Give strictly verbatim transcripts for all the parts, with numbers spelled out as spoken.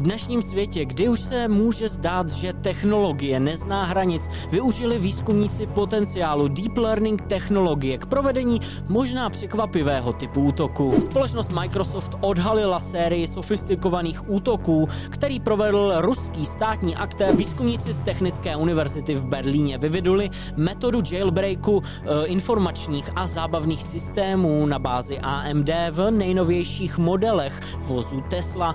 dnešním světě, kdy už se může zdát, že technologie nezná hranic, využili výzkumníci potenciálu deep learning technologie k provedení možná překvapivého typu útoku. Společnost Microsoft odhalila sérii sofistikovaných útoků, který provedl ruský státní aktér. Výzkumníci z Technické univerzity v Berlíně vyvinuli metodu jailbreaku e, informačních a zábavných systémů na bázi A M D v nejnovějších modelech vozů Tesla.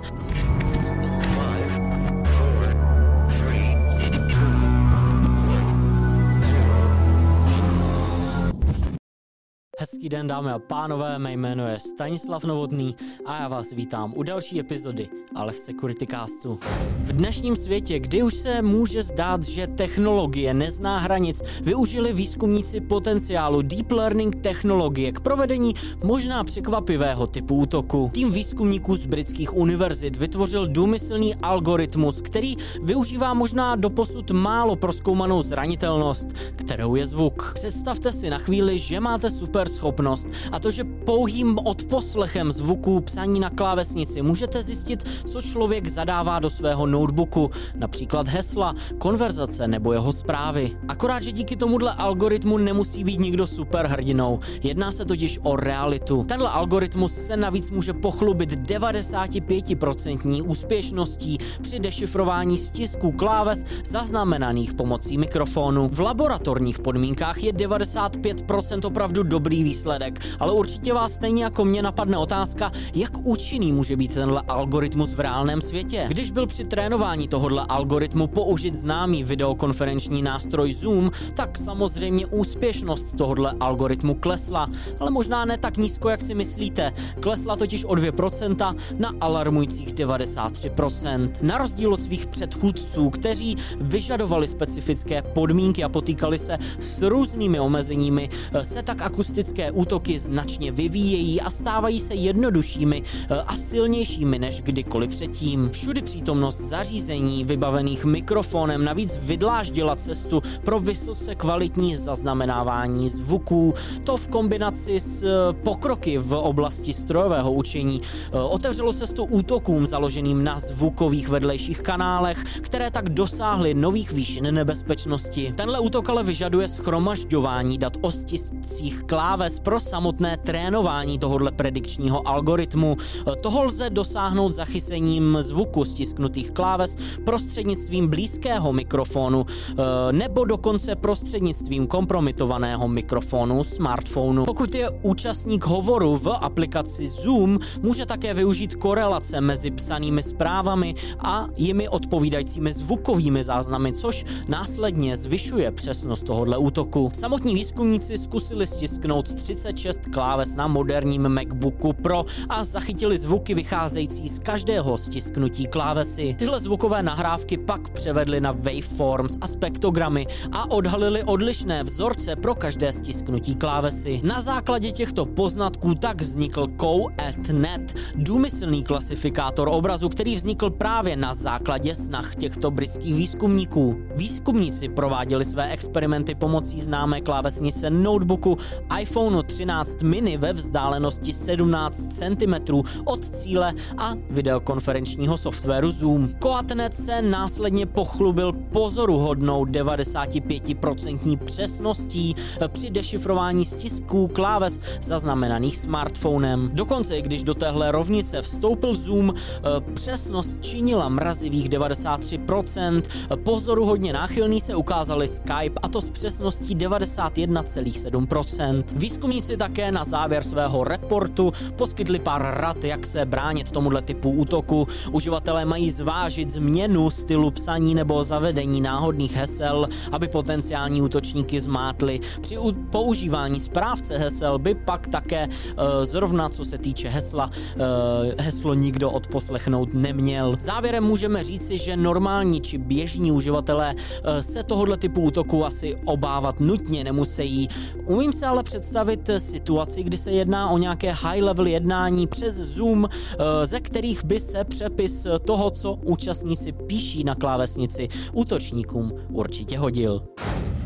Hezký den, dámy a pánové, mé jméno je Stanislav Novotný a já vás vítám u další epizody Aleph Security Castu. V dnešním světě, kdy už se může zdát, že technologie nezná hranic, využili výzkumníci potenciálu deep learning technologie k provedení možná překvapivého typu útoku. Tým výzkumníků z britských univerzit vytvořil důmyslný algoritmus, který využívá možná doposud málo prozkoumanou zranitelnost, kterou je zvuk. Představte si na chvíli, že máte super schopnost a to, že pouhým odposlechem zvuku psaní na klávesnici můžete zjistit, co člověk zadává do svého notebooku, například hesla, konverzace nebo jeho zprávy. Akorát, že díky tomuhle algoritmu nemusí být nikdo super hrdinou. Jedná se totiž o realitu. Tenhle algoritmus se navíc může pochlubit devadesát pět procent úspěšností při dešifrování stisků kláves zaznamenaných pomocí mikrofonu. V laboratorních podmínkách je devadesát pět procent opravdu dobrý výsledek, ale určitě vás stejně jako mě napadne otázka, jak účinný může být tenhle algoritmus v reálném světě. Když byl při trénování tohohle algoritmu použit známý videokonferenční nástroj Zoom, tak samozřejmě úspěšnost tohohle algoritmu klesla, ale možná ne tak nízko, jak si myslíte. Klesla totiž o dvě procenta na alarmujících devadesát tři procent. Na rozdíl od svých předchůdců, kteří vyžadovali specifické podmínky a potýkali se s různými omezeními, se tak akustické útoky značně vyvíjejí a stávají se jednoduššími a silnějšími než kdykoliv předtím. Všudy přítomnost zařízení vybavených mikrofonem navíc vydláždila cestu pro vysoce kvalitní zaznamenávání zvuků. To v kombinaci s pokroky v oblasti strojového učení otevřelo cestu útokům založeným na zvukových vedlejších kanálech, které tak dosáhly nových výšin nebezpečnosti. Tenhle útok ale vyžaduje shromažďování dat o stiscích kláves pro samotné trénování tohohle predikčního algoritmu. Toho lze dosáhnout zachycením zvuku stisknutých kláves prostřednictvím blízkého mikrofonu nebo dokonce prostřednictvím kompromitovaného mikrofonu smartphonu. Pokud je účastník hovoru v aplikaci Zoom, může také využít korelace mezi psanými zprávami a jimi odpovídajícími zvukovými záznamy, což následně zvyšuje přesnost tohohle útoku. Samotní výzkumníci zkusili stisknout třicet šest kláves na moderním MacBooku Pro a zachytili zvuky vycházející z každého stisknutí klávesy. Tyhle zvukové nahrávky pak převedli na waveforms a spektrogramy a odhalili odlišné vzorce pro každé stisknutí klávesy. Na základě těchto poznatků tak vznikl Cow at Net, důmyslný klasifikátor obrazu, který vznikl právě na základě snah těchto britských výzkumníků. Výzkumníci prováděli své experimenty pomocí známé klávesnice notebooku iPhone třináct mini ve vzdálenosti sedmnáct centimetrů od cíle a videokonferenčního softwaru Zoom. Coatnet se následně pochlubil pozoruhodnou devadesát pět procent přesností při dešifrování stisků kláves zaznamenaných smartphonem. Dokonce, když do téhle rovnice vstoupil Zoom, přesnost činila mrazivých devadesát tři procent. Pozoruhodně náchylný se ukázali Skype, a to s přesností devadesát jedna celá sedm procent. Výzkumníci také na závěr svého reportu poskytli pár rad, jak se bránit tomuhle typu útoku. Uživatelé mají zvážit změnu stylu psaní nebo zavedení náhodných hesel, aby potenciální útočníky zmátli. Při používání správce hesel by pak také e, zrovna co se týče hesla, e, heslo nikdo odposlechnout neměl. Závěrem můžeme říci, že normální či běžní uživatelé e, se tohohle typu útoku asi obávat nutně nemusí. Umím se ale představit situaci, kdy se jedná o nějaké high level jednání přes Zoom, ze kterých by se přepis toho, co účastníci píší na klávesnici, útočníkům určitě hodil.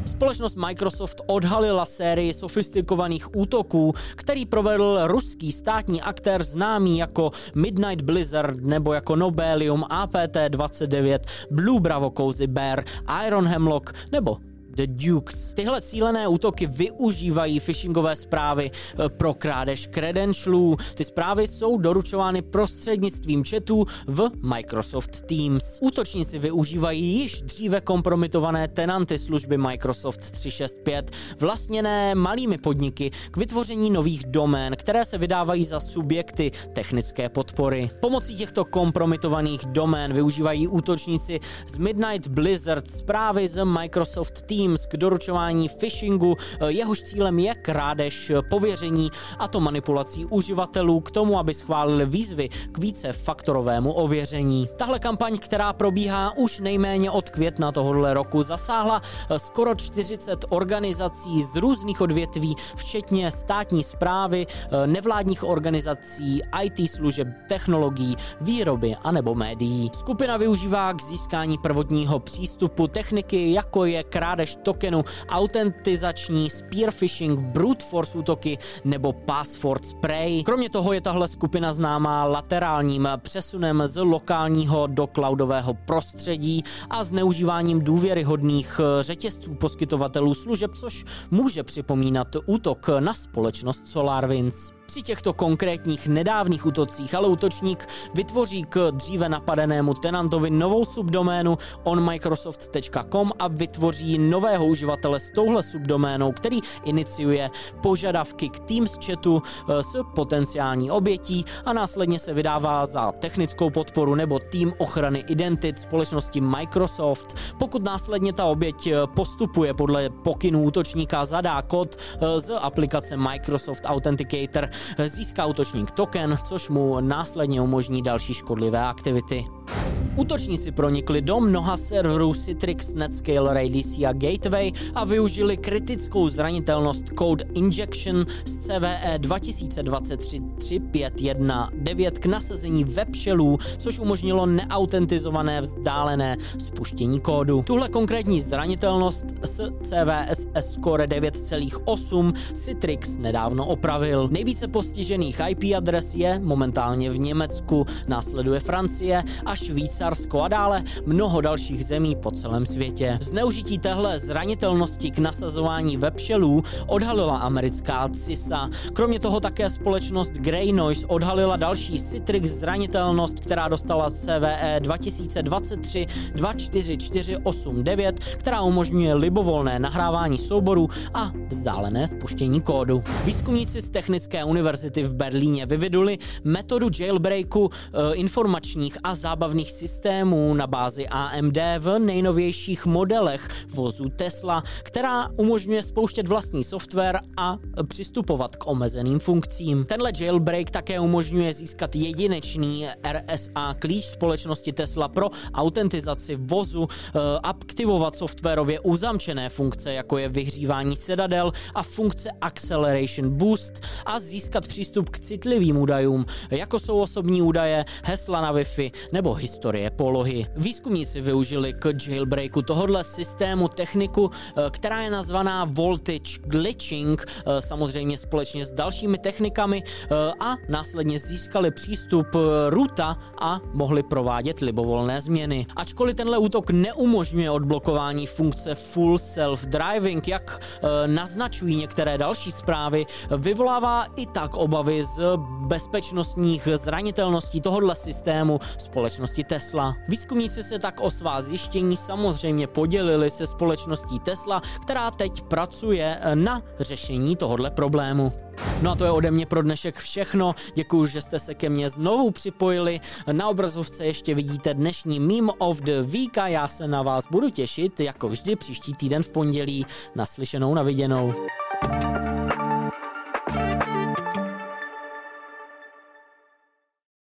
Společnost Microsoft odhalila sérii sofistikovaných útoků, který provedl ruský státní aktér známý jako Midnight Blizzard nebo jako Nobelium, A P T dvacet devět, Blue Bravo Cozy Bear, Iron Hemlock nebo The Dukes. Tyhle cílené útoky využívají phishingové zprávy pro krádež credentialů. Ty zprávy jsou doručovány prostřednictvím chatů v Microsoft Teams. Útočníci využívají již dříve kompromitované tenanty služby Microsoft tři šest pět, vlastněné malými podniky k vytvoření nových domén, které se vydávají za subjekty technické podpory. Pomocí těchto kompromitovaných domén využívají útočníci z Midnight Blizzard zprávy z Microsoft Teams k doručování phishingu, jehož cílem je krádež pověření a to manipulací uživatelů k tomu, aby schválili výzvy k vícefaktorovému ověření. Tahle kampaň, která probíhá už nejméně od května tohoto roku, zasáhla skoro čtyřicet organizací z různých odvětví, včetně státní správy, nevládních organizací, í té služeb, technologií, výroby anebo médií. Skupina využívá k získání prvotního přístupu techniky, jako je krádež tokenu, autentizační, spear phishing, brute force útoky nebo password spray. Kromě toho je tahle skupina známá laterálním přesunem z lokálního do cloudového prostředí a zneužíváním důvěryhodných řetězců poskytovatelů služeb, což může připomínat útok na společnost SolarWinds. Při těchto konkrétních nedávných útocích ale útočník vytvoří k dříve napadenému tenantovi novou subdoménu on microsoft tečka com a vytvoří nového uživatele s touhle subdoménou, který iniciuje požadavky k Teams chatu s potenciální obětí a následně se vydává za technickou podporu nebo tým ochrany identit společnosti Microsoft. Pokud následně ta oběť postupuje podle pokynů útočníka, zadá kód z aplikace Microsoft Authenticator, získá útočník token, což mu následně umožní další škodlivé aktivity. Útočníci pronikli do mnoha serverů Citrix, Netscaler, A D C a Gateway a využili kritickou zranitelnost Code Injection z C V E dva tisíce dvacet tři tři pět jedna devět k nasazení webshellů, což umožnilo neautentizované vzdálené spuštění kódu. Tuhle konkrétní zranitelnost s C V S S Core devět celá osm Citrix nedávno opravil. Nejvíce postižených I P adres je momentálně v Německu, následuje Francie a Švýcarsko a dále mnoho dalších zemí po celém světě. Zneužití téhle zranitelnosti k nasazování webshellů odhalila americká C I S A. Kromě toho také společnost Grey Noise odhalila další Citrix zranitelnost, která dostala C V E dva tisíce dvacet tři dva čtyři čtyři osm devět, která umožňuje libovolné nahrávání souborů a vzdálené spuštění kódu. Výzkumníci z Technické univerzity v Berlíně vyvinuli metodu jailbreaku e, informačních a zábavných systémů na bázi A M D v nejnovějších modelech vozů Tesla, která umožňuje spouštět vlastní software a přistupovat k omezeným funkcím. Tenhle jailbreak také umožňuje získat jedinečný R S A klíč společnosti Tesla pro autentizaci vozu, aktivovat softwarově uzamčené funkce, jako je vyhřívání sedadel a funkce Acceleration Boost a získat přístup k citlivým údajům, jako jsou osobní údaje, hesla na Wi-Fi nebo historie polohy. Výzkumníci využili k jailbreaku tohohle systému techniku, která je nazvaná voltage glitching, samozřejmě společně s dalšími technikami, a následně získali přístup roota a mohli provádět libovolné změny. Ačkoliv tenhle útok neumožňuje odblokování funkce full self-driving, jak naznačují některé další zprávy, vyvolává i tak obavy z bezpečnostních zranitelností tohohle systému společnosti Tesla. Výzkumníci se tak o svá zjištění samozřejmě podělili se společností Tesla, která teď pracuje na řešení tohohle problému. No a to je ode mě pro dnešek všechno. Děkuji, že jste se ke mně znovu připojili. Na obrazovce ještě vidíte dnešní Meme of the Week a já se na vás budu těšit, jako vždy příští týden v pondělí. Naslyšenou, na viděnou.